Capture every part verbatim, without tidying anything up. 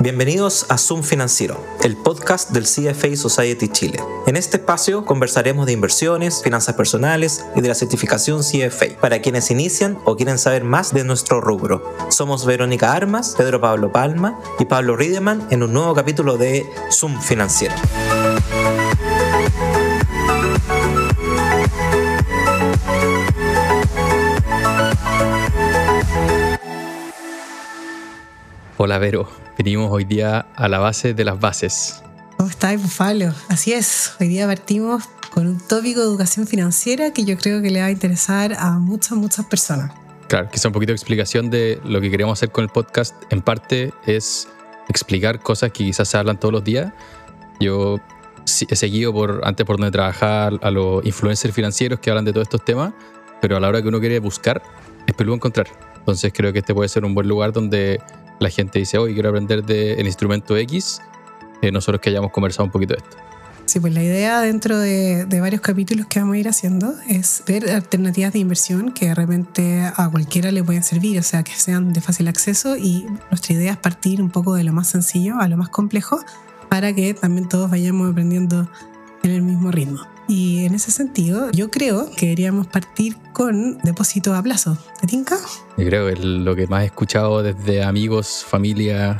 Bienvenidos a Zoom Financiero, el podcast del C F A Society Chile. En este espacio conversaremos de inversiones, finanzas personales y de la certificación C F A para quienes inician o quieren saber más de nuestro rubro. Somos Verónica Armas, Pedro Pablo Palma y Pablo Riedemann en un nuevo capítulo de Zoom Financiero. Hola Vero, venimos hoy día a la base de las bases. ¿Cómo estás, Pablo? Así es, hoy día partimos con un tópico de educación financiera que yo creo que le va a interesar a muchas, muchas personas. Claro, quizá un poquito de explicación de lo que queremos hacer con el podcast. En parte es explicar cosas que quizás se hablan todos los días. Yo he seguido por, antes por donde trabajar a los influencers financieros que hablan de todos estos temas, pero a la hora que uno quiere buscar, es peludo encontrar. Entonces creo que este puede ser un buen lugar donde la gente dice, hoy quiero aprender del instrumento X, eh, nosotros que hayamos conversado un poquito de esto. Sí, pues la idea dentro de, de varios capítulos que vamos a ir haciendo es ver alternativas de inversión que de repente a cualquiera le pueden servir, o sea, que sean de fácil acceso, y nuestra idea es partir un poco de lo más sencillo a lo más complejo para que también todos vayamos aprendiendo en el mismo ritmo. Y en ese sentido, yo creo que deberíamos partir con depósito a plazo. ¿Te tinca? Yo creo que es lo que más he escuchado desde amigos, familia,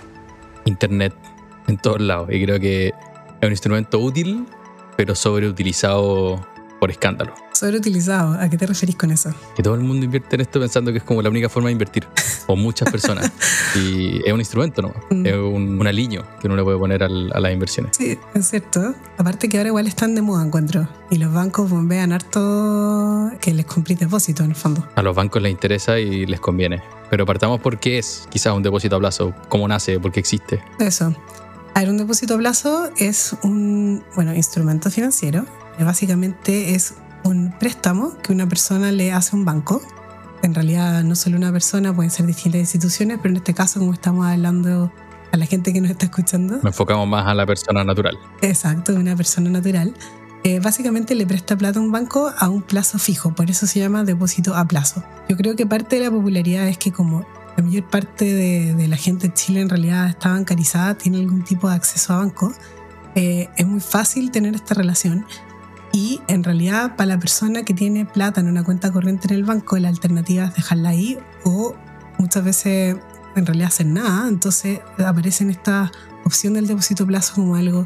internet, en todos lados. Y creo que es un instrumento útil, pero sobreutilizado por escándalo. Sobreutilizado, ¿a qué te referís con eso? Que todo el mundo invierte en esto pensando que es como la única forma de invertir, o muchas personas. Y es un instrumento, ¿no? Mm. Es un, un aliño que uno le puede poner al, a las inversiones. Sí, es cierto. Aparte que ahora igual están de moda, encuentro. Y los bancos bombean harto que les compré depósito, en el fondo. A los bancos les interesa y les conviene. Pero partamos por qué es quizás un depósito a plazo, cómo nace, por qué existe. Eso. A ver, un depósito a plazo es un, bueno, instrumento financiero. Básicamente es un préstamo que una persona le hace a un banco. En realidad no solo una persona, pueden ser distintas instituciones, pero en este caso, como estamos hablando a la gente que nos está escuchando, nos enfocamos más a la persona natural. Exacto, una persona natural. Eh, básicamente le presta plata a un banco a un plazo fijo, por eso se llama depósito a plazo. Yo creo que parte de la popularidad es que como la mayor parte de, de la gente en Chile en realidad está bancarizada, tiene algún tipo de acceso a banco, eh, es muy fácil tener esta relación. Y en realidad para la persona que tiene plata en una cuenta corriente en el banco, la alternativa es dejarla ahí, o muchas veces en realidad hacer nada. Entonces aparece en esta opción del depósito a plazo como algo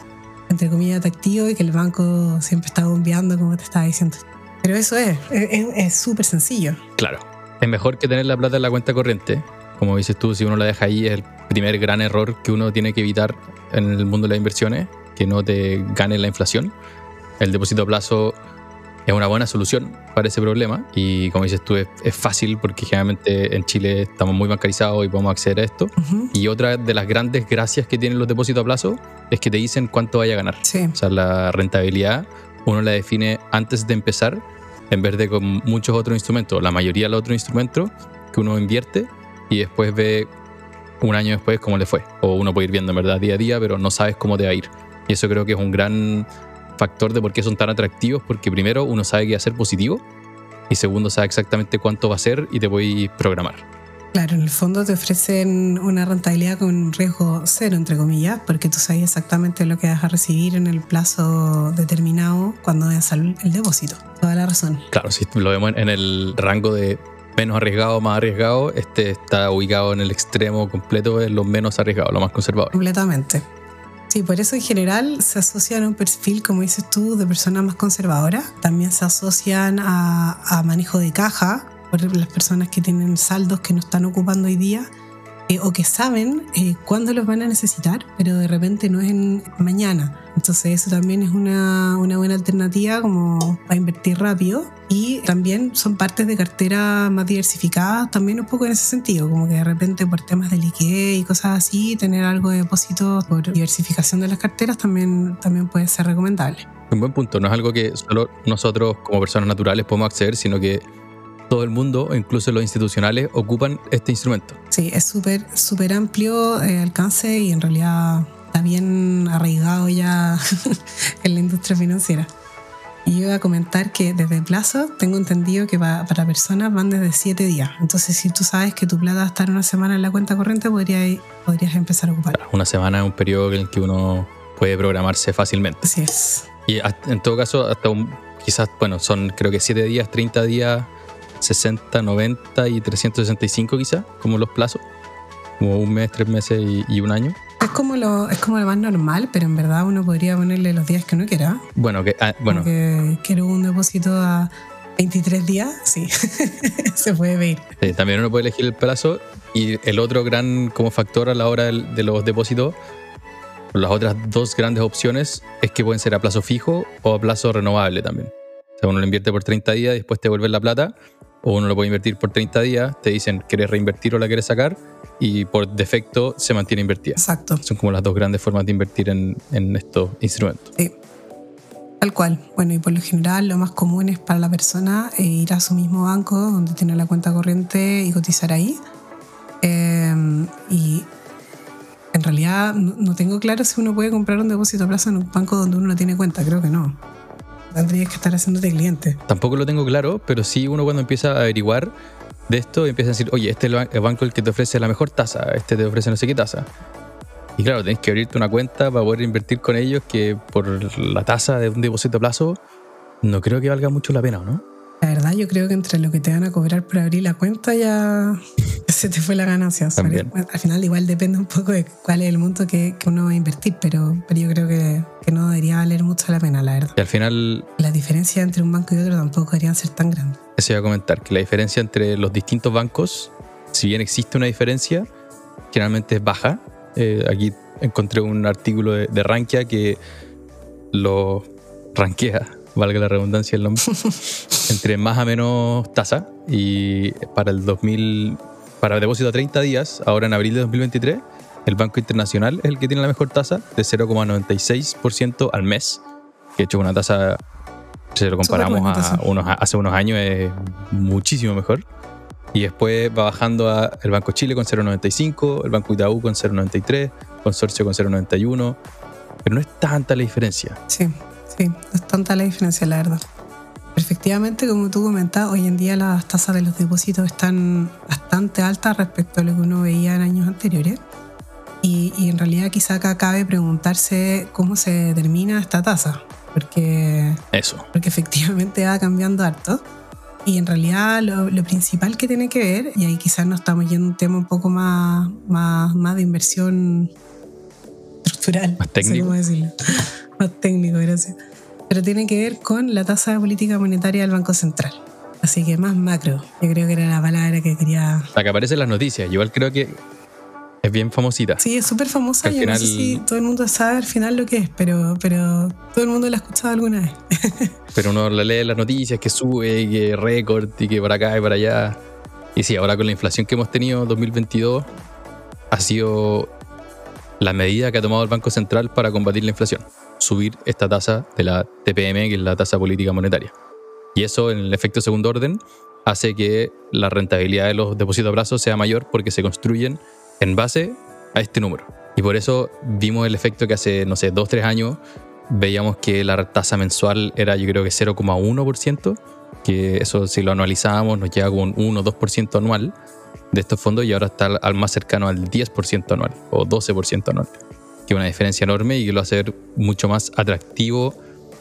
entre comillas atractivo y que el banco siempre está bombeando, como te estaba diciendo. Pero eso es, es súper sencillo. Claro, es mejor que tener la plata en la cuenta corriente. Como dices tú, si uno la deja ahí es el primer gran error que uno tiene que evitar en el mundo de las inversiones, que no te gane la inflación. El depósito a plazo es una buena solución para ese problema y como dices tú es, es fácil porque generalmente en Chile estamos muy bancarizados y podemos acceder a esto. Uh-huh. Y otra de las grandes gracias que tienen los depósitos a plazo es que te dicen cuánto vaya a ganar. Sí. O sea, la rentabilidad uno la define antes de empezar en vez de con muchos otros instrumentos. La mayoría de los otros instrumentos que uno invierte y después ve un año después cómo le fue. O uno puede ir viendo en verdad día a día, pero no sabes cómo te va a ir. Y eso creo que es un gran factor de por qué son tan atractivos, porque primero uno sabe que va a ser positivo y segundo sabe exactamente cuánto va a ser y te puedes programar. Claro, en el fondo te ofrecen una rentabilidad con riesgo cero, entre comillas, porque tú sabes exactamente lo que vas a recibir en el plazo determinado cuando vayas al el depósito. Toda la razón. Claro, si lo vemos en el rango de menos arriesgado, más arriesgado, este está ubicado en el extremo completo de lo menos arriesgado, lo más conservador. Completamente. Sí, por eso en general se asocian a un perfil, como dices tú, de personas más conservadoras. También se asocian a, a manejo de caja, por las personas que tienen saldos que no están ocupando hoy día, eh, o que saben eh, cuándo los van a necesitar, pero de repente no es en mañana. Entonces eso también es una, una buena alternativa como para invertir rápido. Y también son partes de cartera más diversificadas, también un poco en ese sentido, como que de repente por temas de liquidez y cosas así, tener algo de depósito por diversificación de las carteras también, también puede ser recomendable. Un buen punto, no es algo que solo nosotros como personas naturales podemos acceder, sino que todo el mundo, incluso los institucionales, ocupan este instrumento. Sí, es súper súper amplio el alcance y en realidad está bien arraigado ya en la industria financiera. Y yo iba a comentar que desde plazo tengo entendido que va, para personas van desde siete días. Entonces, si tú sabes que tu plata va a estar una semana en la cuenta corriente, podrías, podrías empezar a ocupar. Una semana es un periodo en el que uno puede programarse fácilmente. Así es. Y en todo caso, hasta un, quizás, bueno, son creo que siete días, treinta días, sesenta, noventa y trescientos sesenta y cinco quizás, como los plazos. Como un mes, tres meses y, y un año. Es como, lo, es como lo más normal, pero en verdad uno podría ponerle los días que uno quiera. Bueno, que, ah, bueno. Que quiero un depósito a veintitrés días, sí, se puede ver. Sí, también uno puede elegir el plazo. Y el otro gran como factor a la hora de, de los depósitos, las otras dos grandes opciones es que pueden ser a plazo fijo o a plazo renovable también. O sea, uno lo invierte por treinta días y después te devuelven la plata, o uno lo puede invertir por treinta días, te dicen ¿quieres reinvertir o la quieres sacar? Y por defecto se mantiene invertida. Exacto. Son como las dos grandes formas de invertir en, en estos instrumentos. Sí, tal cual. Bueno, y por lo general lo más común es para la persona eh, ir a su mismo banco donde tiene la cuenta corriente y cotizar ahí. Eh, y en realidad no, no tengo claro si uno puede comprar un depósito a plazo en un banco donde uno no tiene cuenta. Creo que no. Tendrías que estar haciéndote cliente. Tampoco lo tengo claro, pero sí uno cuando empieza a averiguar de esto empieza a decir, oye, este es el banco el que te ofrece la mejor tasa, este te ofrece no sé qué tasa. Y claro, tenés que abrirte una cuenta para poder invertir con ellos, que por la tasa de un depósito a plazo no creo que valga mucho la pena, ¿o no? La verdad, yo creo que entre lo que te van a cobrar por abrir la cuenta ya se te fue la ganancia. También. Bueno, al final igual depende un poco de cuál es el monto que, que uno va a invertir, pero, pero yo creo que, que no debería valer mucho la pena, la verdad. Y al final... La diferencia entre un banco y otro tampoco deberían ser tan grandes. Eso iba a comentar, que la diferencia entre los distintos bancos, si bien existe una diferencia, generalmente es baja. Eh, aquí encontré un artículo de, de Rankia que lo rankea, valga la redundancia el nombre, entre más a menos tasa. Y para el dos mil, para el depósito a treinta días, ahora en abril de dos mil veintitrés, el Banco Internacional es el que tiene la mejor tasa de cero coma noventa y seis por ciento al mes, que de hecho una tasa, si lo comparamos a unos, hace unos años, es muchísimo mejor. Y después va bajando a el Banco Chile con cero coma noventa y cinco, el Banco Itaú con cero coma noventa y tres, Consorcio con cero coma noventa y uno, pero no es tanta la diferencia. Sí, sí, no es tanta la diferencia, la verdad. Efectivamente, como tú comentabas, hoy en día las tasas de los depósitos están bastante altas respecto a lo que uno veía en años anteriores. Y, y en realidad quizá acá cabe preguntarse cómo se determina esta tasa, porque, Eso. porque efectivamente va cambiando harto. Y en realidad lo, lo principal que tiene que ver, y ahí quizás nos estamos yendo a un tema un poco más, más, más de inversión estructural. Más técnico. No sé cómo decirlo. Más técnico, gracias. Pero tiene que ver con la tasa de política monetaria del Banco Central. Así que más macro, yo creo que era la palabra que quería... La que aparece en las noticias, igual creo que es bien famosita. Sí, es súper famosa. Al Yo final... no sé si todo el mundo sabe al final lo que es, pero, pero todo el mundo la ha escuchado alguna vez. Pero uno la lee en las noticias, que sube, que récord, y que para acá y para allá. Y sí, ahora con la inflación que hemos tenido dos mil veintidós, ha sido la medida que ha tomado el Banco Central para combatir la inflación. Subir esta tasa de la T P M, que es la tasa política monetaria. Y eso, en el efecto segundo orden, hace que la rentabilidad de los depósitos a plazo sea mayor porque se construyen en base a este número. Y por eso vimos el efecto que hace, no sé, dos, tres años veíamos que la tasa mensual era, yo creo que cero coma uno por ciento, que eso si lo anualizábamos nos llega como un uno o dos por ciento anual de estos fondos, y ahora está al más cercano al diez por ciento anual o doce por ciento anual, que es una diferencia enorme y que lo hace ver mucho más atractivo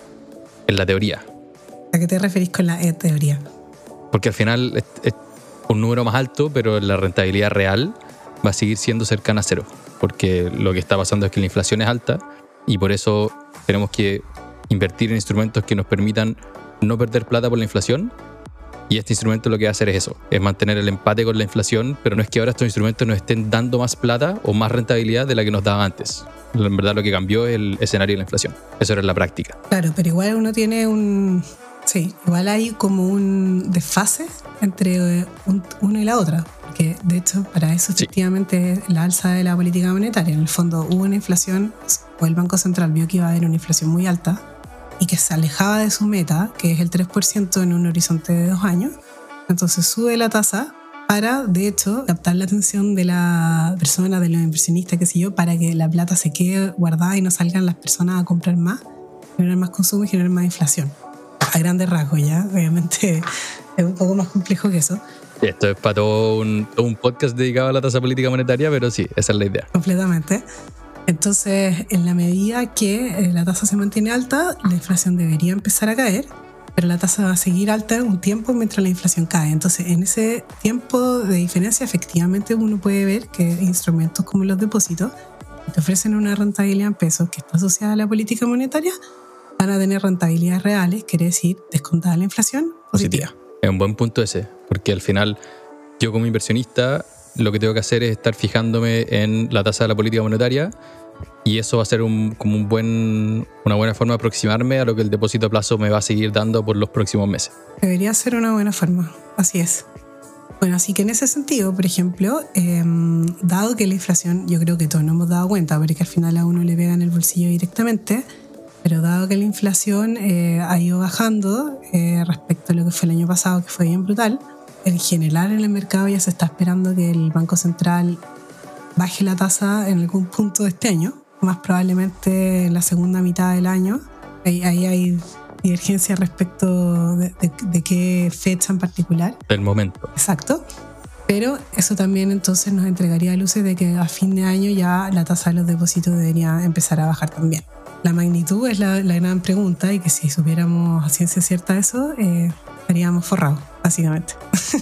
en la teoría. ¿A qué te referís con la teoría? Porque al final es, es un número más alto, pero la rentabilidad real va a seguir siendo cercana a cero, porque lo que está pasando es que la inflación es alta y por eso tenemos que invertir en instrumentos que nos permitan no perder plata por la inflación, y este instrumento lo que va a hacer es eso, es mantener el empate con la inflación, pero no es que ahora estos instrumentos nos estén dando más plata o más rentabilidad de la que nos daba antes. En verdad lo que cambió es el escenario de la inflación. Eso era la práctica. Claro, pero igual uno tiene un... Sí, igual hay como un desfase entre un, uno y la otra, porque de hecho para eso efectivamente sí. La alza de la política monetaria, en el fondo hubo una inflación, o el Banco Central vio que iba a haber una inflación muy alta y que se alejaba de su meta, que es el tres por ciento en un horizonte de dos años, entonces sube la tasa para, de hecho, captar la atención de la persona, de los inversionistas, qué sé yo, para que la plata se quede guardada y no salgan las personas a comprar más, generar más consumo y generar más inflación. a grandes rasgos, ¿ya? Obviamente es un poco más complejo que eso. Esto es para todo un, todo un podcast dedicado a la tasa política monetaria, pero sí, esa es la idea. Completamente. Entonces, en la medida que eh, la tasa se mantiene alta, la inflación debería empezar a caer, pero la tasa va a seguir alta un tiempo mientras la inflación cae. Entonces, en ese tiempo de diferencia, efectivamente uno puede ver que instrumentos como los depósitos, que te ofrecen una rentabilidad en pesos que está asociada a la política monetaria, van a tener rentabilidades reales, quiere decir, descontada la inflación, positiva. Positiva. Es un buen punto ese, porque al final yo como inversionista lo que tengo que hacer es estar fijándome en la tasa de la política monetaria y eso va a ser un, como un buen, una buena forma de aproximarme a lo que el depósito a plazo me va a seguir dando por los próximos meses. Debería ser una buena forma, así es. Bueno, así que en ese sentido, por ejemplo, eh, dado que la inflación, yo creo que todos nos hemos dado cuenta, porque al final a uno le pega en el bolsillo directamente, pero dado que la inflación eh, ha ido bajando eh, respecto a lo que fue el año pasado, que fue bien brutal, en general en el mercado ya se está esperando que el Banco Central baje la tasa en algún punto de este año, más probablemente en la segunda mitad del año. Ahí, ahí hay divergencia respecto de, de, de qué fecha en particular. Del momento. Exacto. Pero eso también entonces nos entregaría luces de que a fin de año ya la tasa de los depósitos debería empezar a bajar también. La magnitud es la, la gran pregunta y que si supiéramos a ciencia cierta eso, eh, estaríamos forrados, básicamente.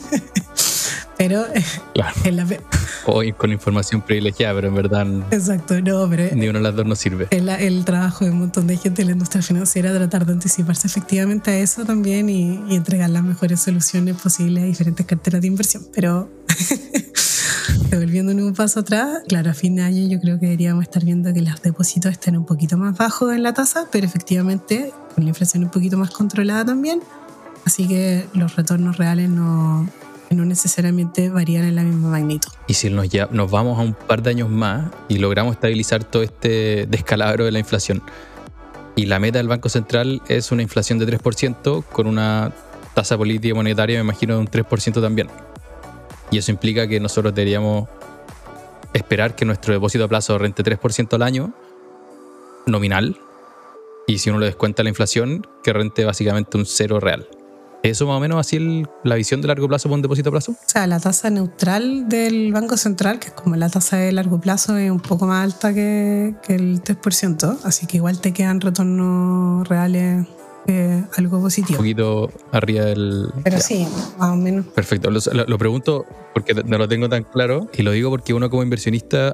Pero claro. en la... Hoy con información privilegiada, pero en verdad exacto, no, pero ni una de las dos nos sirve. Es la, el trabajo de un montón de gente de la industria financiera tratar de anticiparse efectivamente a eso también y, y entregar las mejores soluciones posibles a diferentes carteras de inversión. Pero devolviéndonos un paso atrás, claro, a fin de año yo creo que deberíamos estar viendo que los depósitos estén un poquito más bajos en la tasa, pero efectivamente con la inflación un poquito más controlada también, así que los retornos reales no, no necesariamente varían en la misma magnitud. Y si nos, ya, nos vamos a un par de años más y logramos estabilizar todo este descalabro de la inflación y la meta del Banco Central es una inflación de tres por ciento con una tasa política monetaria, me imagino, de un tres por ciento también. Y eso implica que nosotros deberíamos esperar que nuestro depósito a plazo rente tres por ciento al año, nominal, y si uno lo descuenta la inflación, que rente básicamente un cero real. ¿Eso más o menos así el, la visión de largo plazo para un depósito a plazo? O sea, la tasa neutral del Banco Central, que es como la tasa de largo plazo, es un poco más alta que, que el tres por ciento, así que igual te quedan retornos reales eh, algo positivo. Un poquito arriba del... Pero ya. Sí, más o menos. Perfecto, lo, lo, lo pregunto porque no lo tengo tan claro y lo digo porque uno como inversionista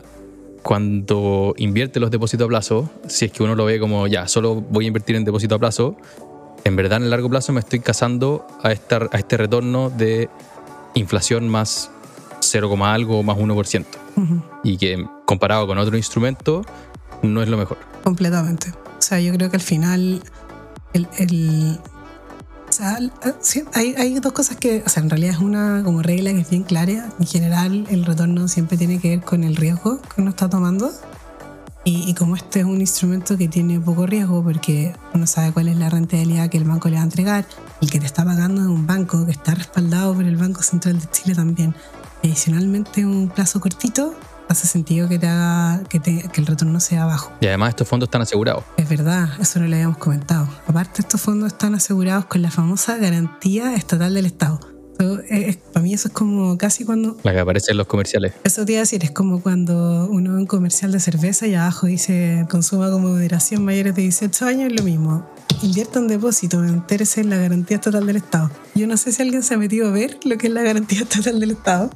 cuando invierte los depósitos a plazo, si es que uno lo ve como ya, solo voy a invertir en depósito a plazo, en verdad en el largo plazo me estoy casando a, esta, a este retorno de inflación más cero, algo más uno por ciento. Uh-huh. Y que comparado con otro instrumento no es lo mejor. Completamente. O sea, yo creo que al final el, el, o sea, sí, hay, hay dos cosas que, o sea, en realidad es una como regla que es bien clara. En general el retorno siempre tiene que ver con el riesgo que uno está tomando. Y, y como este es un instrumento que tiene poco riesgo porque uno sabe cuál es la rentabilidad que el banco le va a entregar, el que te está pagando es un banco que está respaldado por el Banco Central de Chile también. Y adicionalmente un plazo cortito hace sentido que, te haga, que, te, que el retorno sea bajo. Y además estos fondos están asegurados. Es verdad, eso no lo habíamos comentado. Aparte estos fondos están asegurados con la famosa garantía estatal del Estado. So, es, para mí eso es como casi cuando... La que aparece en los comerciales. Eso te iba a decir, es como cuando uno ve un comercial de cerveza y abajo dice consuma con moderación mayores de dieciocho años, es lo mismo. Invierta en depósito, entérese en la garantía estatal del Estado. Yo no sé si alguien se ha metido a ver lo que es la garantía estatal del Estado,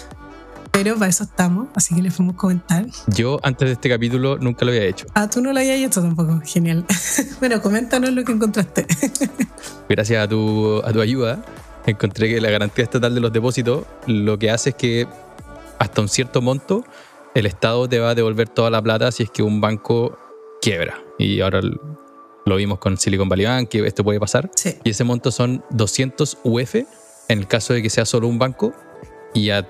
pero para eso estamos, así que les podemos comentar. Yo antes de este capítulo nunca lo había hecho. Ah, tú no lo habías hecho tampoco, genial. Bueno, coméntanos lo que encontraste. Gracias a tu, a tu ayuda encontré que la garantía estatal de los depósitos lo que hace es que hasta un cierto monto el Estado te va a devolver toda la plata si es que un banco quiebra. Y ahora lo vimos con Silicon Valley Bank, que esto puede pasar. Sí. Y ese monto son doscientos U F en el caso de que sea solo un banco. Y a,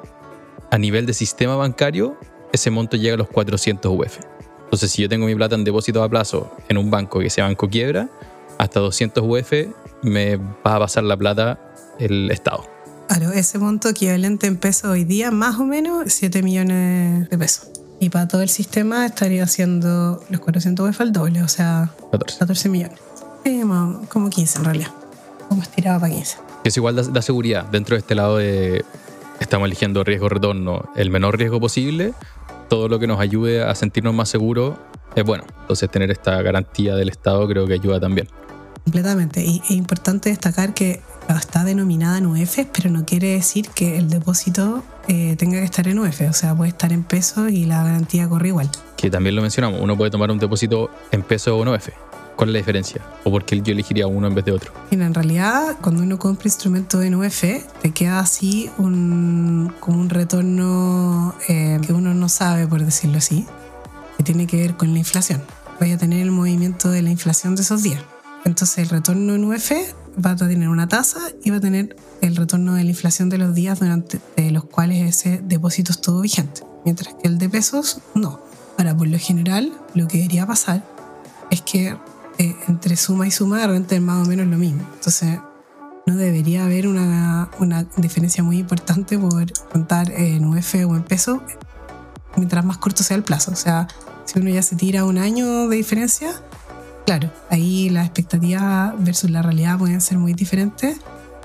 a nivel de sistema bancario, ese monto llega a los cuatrocientos U F. Entonces, si yo tengo mi plata en depósito a plazo en un banco que ese banco quiebra, hasta doscientos U F me va a pasar la plata el Estado. Claro, ese monto equivalente en pesos hoy día, más o menos siete millones de pesos. Y para todo el sistema estaría haciendo los cuatrocientos U F al doble, o sea, catorce. catorce millones. Sí, como quince en realidad. Como estirado para quince. Es igual da, da seguridad. Dentro de este lado de estamos eligiendo riesgo-retorno, el menor riesgo posible, todo lo que nos ayude a sentirnos más seguros es bueno. Entonces tener esta garantía del Estado creo que ayuda también. Completamente. Y es importante destacar que está denominada en U F, pero no quiere decir que el depósito eh, tenga que estar en U F. O sea, puede estar en pesos y la garantía corre igual. Que también lo mencionamos. Uno puede tomar un depósito en pesos o en U F. ¿Cuál es la diferencia? ¿O por qué yo elegiría uno en vez de otro? Mira, en realidad, cuando uno compra instrumentos en U F, te queda así un, como un retorno eh, que uno no sabe, por decirlo así, que tiene que ver con la inflación. Vaya a tener el movimiento de la inflación de esos días. Entonces, el retorno en U F va a tener una tasa y va a tener el retorno de la inflación de los días durante de los cuales ese depósito estuvo vigente. Mientras que el de pesos, no. Ahora, por lo general, lo que debería pasar es que Eh, entre suma y suma de repente es más o menos lo mismo. Entonces no debería haber una, una diferencia muy importante por contar en U F o en peso mientras más corto sea el plazo. O sea, si uno ya se tira un año de diferencia, claro, ahí las expectativas versus la realidad pueden ser muy diferentes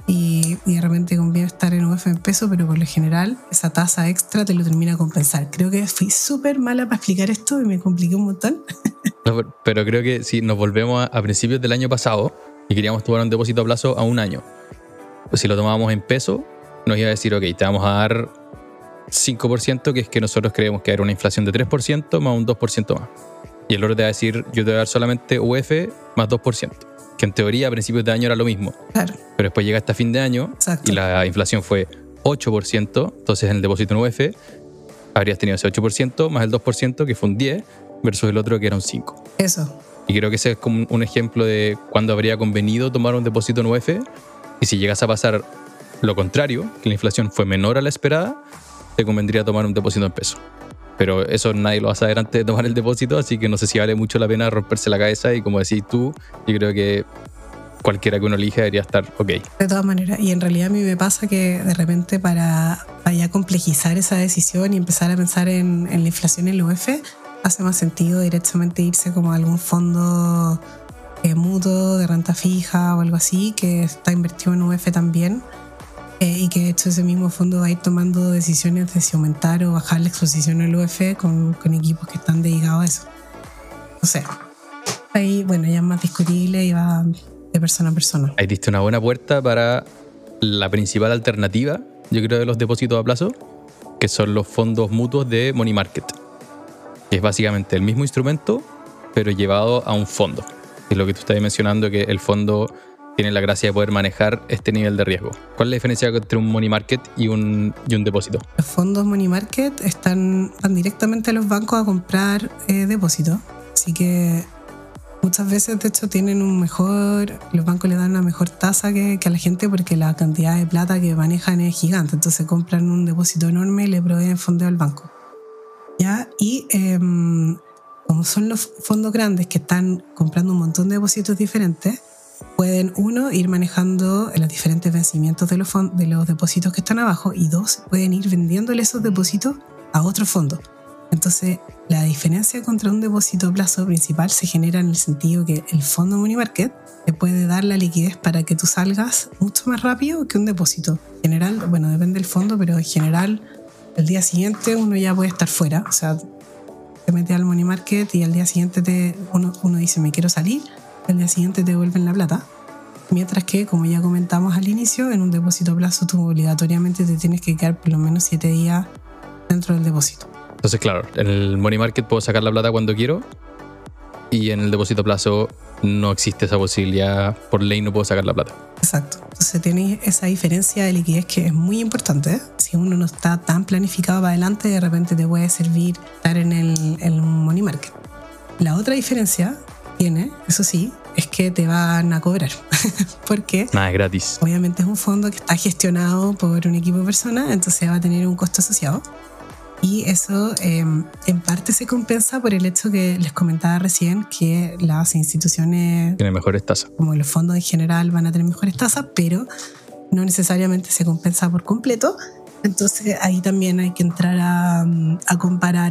y, y de repente conviene estar en U F o en peso, pero por lo general esa tasa extra te lo termina a compensar. Creo que fui súper mala para explicar esto y me compliqué un montón. No, pero creo que si nos volvemos a, a principios del año pasado y queríamos tomar un depósito a plazo a un año, pues si lo tomábamos en peso, nos iba a decir, ok, te vamos a dar cinco por ciento, que es que nosotros creemos que era una inflación de tres por ciento más un dos por ciento más. Y el otro te va a decir, yo te voy a dar solamente U F más dos por ciento, que en teoría a principios de año era lo mismo. Claro. Pero después llega hasta fin de año. Exacto. Y la inflación fue ocho por ciento, entonces en el depósito en U F habrías tenido ese ocho por ciento más el dos por ciento, que fue un diez por ciento, versus el otro que era un cinco por ciento. Eso. Y creo que ese es como un ejemplo de cuándo habría convenido tomar un depósito en U F, y si llegas a pasar lo contrario, que la inflación fue menor a la esperada, te convendría tomar un depósito en peso. Pero eso nadie lo va a saber antes de tomar el depósito, así que no sé si vale mucho la pena romperse la cabeza, y como decís tú, yo creo que cualquiera que uno elija debería estar ok. De todas maneras, y en realidad a mí me pasa que de repente para, para ya complejizar esa decisión y empezar a pensar en, en la inflación en el U F, hace más sentido directamente irse como a algún fondo eh, mutuo de renta fija o algo así que está invertido en U F también, eh, y que de hecho ese mismo fondo va a ir tomando decisiones de si aumentar o bajar la exposición al U F con, con equipos que están dedicados a eso. O sea, ahí bueno, ya es más discutible y va de persona a persona. Ahí diste una buena puerta para la principal alternativa, yo creo, de los depósitos a plazo, que son los fondos mutuos de money market. Que es básicamente el mismo instrumento, pero llevado a un fondo. Es lo que tú estás mencionando, que el fondo tiene la gracia de poder manejar este nivel de riesgo. ¿Cuál es la diferencia entre un money market y un, y un depósito? Los fondos money market están, van directamente a los bancos a comprar eh, depósitos. Así que muchas veces, de hecho, tienen un mejor... Los bancos le dan una mejor tasa que, que a la gente porque la cantidad de plata que manejan es gigante. Entonces compran un depósito enorme y le proveen fondeo al banco. ¿Ya? Y eh, como son los fondos grandes que están comprando un montón de depósitos diferentes, pueden, uno, ir manejando los diferentes vencimientos de los, fond- de los depósitos que están abajo, y dos, pueden ir vendiéndole esos depósitos a otros fondos. Entonces, la diferencia contra un depósito a plazo principal se genera en el sentido que el fondo money market te puede dar la liquidez para que tú salgas mucho más rápido que un depósito. En general, bueno, depende del fondo, pero en general el día siguiente uno ya puede estar fuera. O sea, te metes al money market y al día siguiente te, uno, uno dice me quiero salir, y al día siguiente te devuelven la plata. Mientras que, como ya comentamos al inicio, en un depósito a plazo tú obligatoriamente te tienes que quedar por lo menos siete días dentro del depósito. Entonces, claro, en el money market puedo sacar la plata cuando quiero, y en el depósito a plazo no existe esa posibilidad. Por ley no puedo sacar la plata. Exacto. Entonces tenéis esa diferencia de liquidez que es muy importante, ¿eh? Si uno no está tan planificado para adelante, de repente te puede servir estar en el, el money market. La otra diferencia tiene, eso sí, es que te van a cobrar. Porque nada es gratis. Obviamente es un fondo que está gestionado por un equipo de personas, entonces va a tener un costo asociado. Y eso eh, en parte se compensa por el hecho que les comentaba recién, que las instituciones tienen mejores tasas, como los fondos en general, van a tener mejores tasas, pero no necesariamente se compensa por completo. Entonces ahí también hay que entrar a, a comparar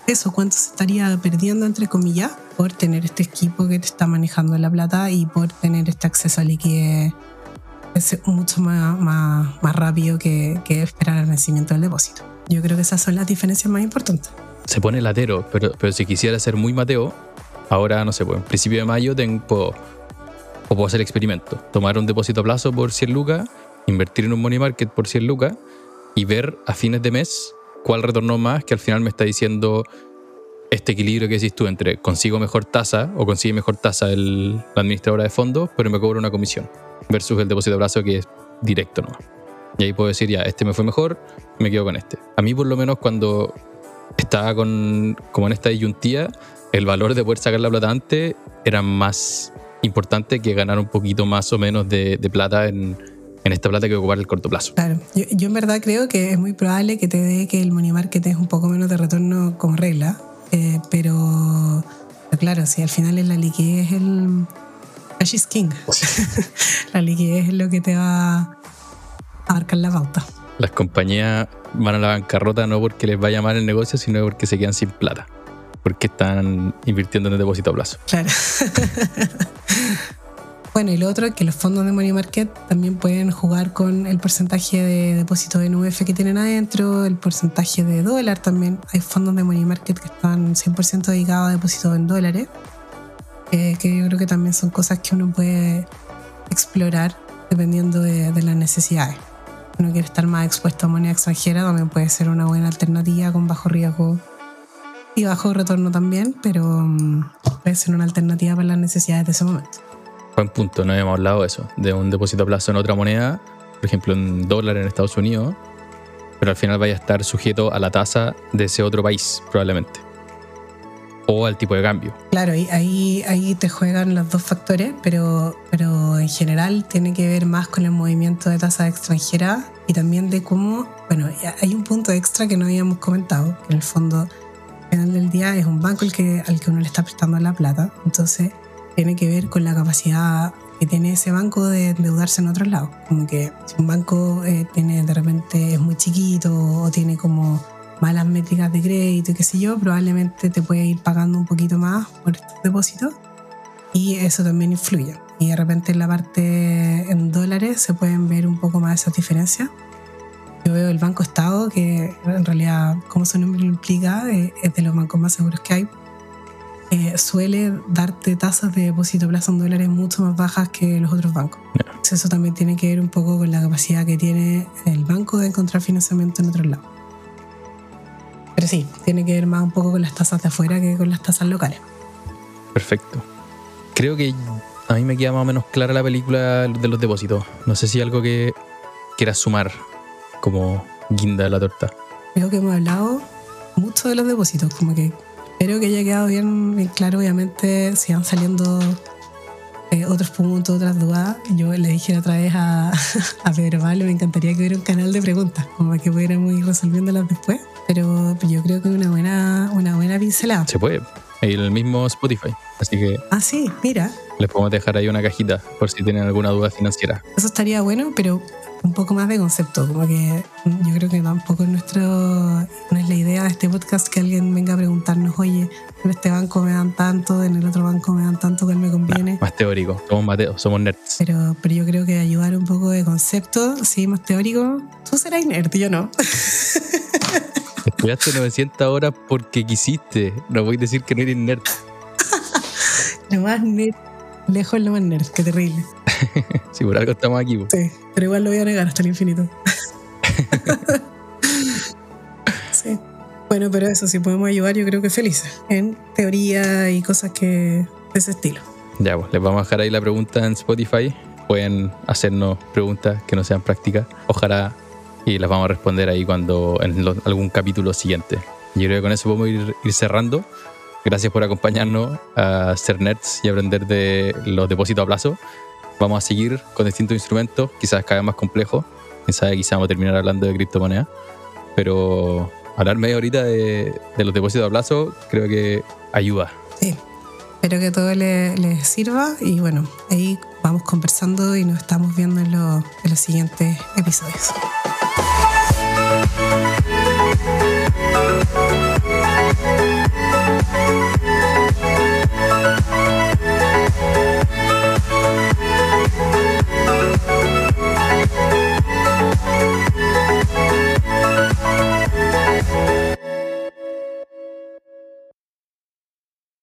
eso, cuánto se estaría perdiendo, entre comillas, por tener este equipo que te está manejando la plata y por tener este acceso a liquidez es mucho más, más, más rápido que, que esperar el vencimiento del depósito. Yo creo que esas son las diferencias más importantes. Se pone latero, pero, pero si quisiera ser muy Mateo, ahora, no sé, pues en principio de mayo tengo, puedo, o puedo hacer el experimento. Tomar un depósito a plazo por cien lucas, invertir en un money market por cien lucas y ver a fines de mes cuál retornó más, que al final me está diciendo este equilibrio que decís tú entre consigo mejor tasa o consigue mejor tasa el, la administradora de fondos, pero me cobra una comisión, versus el depósito a plazo que es directo nomás. Y ahí puedo decir, ya, este me fue mejor, me quedo con este. A mí por lo menos cuando estaba con, como en esta disyuntiva, el valor de poder sacar la plata antes era más importante que ganar un poquito más o menos de, de plata en, en esta plata que ocupar el corto plazo. Claro, yo, yo en verdad creo que es muy probable que te dé que el money market es un poco menos de retorno como regla, eh, pero, pero claro, si al final es la liquidez, es el cash is king. La liquidez es lo que te va a marcar la pauta. Las compañías van a la bancarrota no porque les vaya mal el negocio, sino porque se quedan sin plata, porque están invirtiendo en el depósito a plazo. Claro. Bueno, y lo otro es que los fondos de money market también pueden jugar con el porcentaje de depósito en U F que tienen adentro, el porcentaje de dólar también. Hay fondos de money market que están cien por ciento dedicados a depósitos en dólares, eh, que yo creo que también son cosas que uno puede explorar dependiendo de, de las necesidades. Uno quiere estar más expuesto a moneda extranjera, también puede ser una buena alternativa con bajo riesgo y bajo retorno también, pero um, puede ser una alternativa para las necesidades de ese momento. Buen punto, no habíamos hablado de eso, de un depósito a plazo en otra moneda, por ejemplo en dólar en Estados Unidos, pero al final vaya a estar sujeto a la tasa de ese otro país, probablemente, o al tipo de cambio. Claro, ahí, ahí te juegan los dos factores, pero, pero en general tiene que ver más con el movimiento de tasas extranjeras y también de cómo, bueno, hay un punto extra que no habíamos comentado, que en el fondo, al final del día es un banco el que, al que uno le está prestando la plata, entonces tiene que ver con la capacidad que tiene ese banco de endeudarse en otros lados. Como que si un banco eh, tiene de repente es muy chiquito o tiene como malas métricas de crédito y qué sé yo, probablemente te puede ir pagando un poquito más por estos depósitos y eso también influye. Y de repente en la parte en dólares se pueden ver un poco más esas diferencias. Yo veo el Banco Estado, que en realidad, como su nombre lo implica, eh, es de los bancos más seguros que hay. Eh, suele darte tasas de depósito a plazo en dólares mucho más bajas que los otros bancos. Yeah. Entonces eso también tiene que ver un poco con la capacidad que tiene el banco de encontrar financiamiento en otros lados. Pero sí, tiene que ver más un poco con las tasas de afuera que con las tasas locales. Perfecto. Creo que a mí me queda más o menos clara la película de los depósitos. No sé si hay algo que quieras sumar como guinda de la torta. Creo que hemos hablado mucho de los depósitos, como que espero que haya quedado bien, bien claro. Obviamente, si van saliendo eh, otros puntos, otras dudas, yo le dije otra vez a, a Pedro Pablo, me encantaría que hubiera un canal de preguntas, como para que pudiéramos ir resolviéndolas después. Pero yo creo que es una buena, una buena pincelada. Se puede, en el mismo Spotify. Así que ah, sí, mira. Les podemos dejar ahí una cajita por si tienen alguna duda financiera. Eso estaría bueno, pero un poco más de concepto, como que yo creo que tampoco es nuestro, no es la idea de este podcast que alguien venga a preguntarnos, oye, en este banco me dan tanto, en el otro banco me dan tanto, ¿cuál me conviene? Nah, más teórico, somos Mateos, somos nerds. Pero, pero yo creo que ayudar un poco de concepto, sí, más teórico. Tú serás nerd, yo no. Estudiaste novecientas horas porque quisiste, no voy a decir que no eres nerd. Lo más nerd, lejos lo más nerd, qué terrible. Sí, por algo estamos aquí. Sí, pero igual lo voy a negar hasta el infinito. Sí. Bueno, pero eso, si podemos ayudar, yo creo que felices en teoría y cosas que de ese estilo. Ya, pues les vamos a dejar ahí la pregunta en Spotify. Pueden hacernos preguntas que no sean prácticas. Ojalá y las vamos a responder ahí cuando en lo, algún capítulo siguiente. Yo creo que con eso podemos ir, ir cerrando. Gracias por acompañarnos a ser nerds y aprender de los depósitos a plazo. Vamos a seguir con distintos instrumentos, quizás cada vez más complejos. Quién sabe, quizás vamos a terminar hablando de criptomonedas. Pero hablar media horita de, de los depósitos a plazo creo que ayuda. Sí, espero que todo les, les sirva. Y bueno, ahí vamos conversando y nos estamos viendo en, lo, en los siguientes episodios.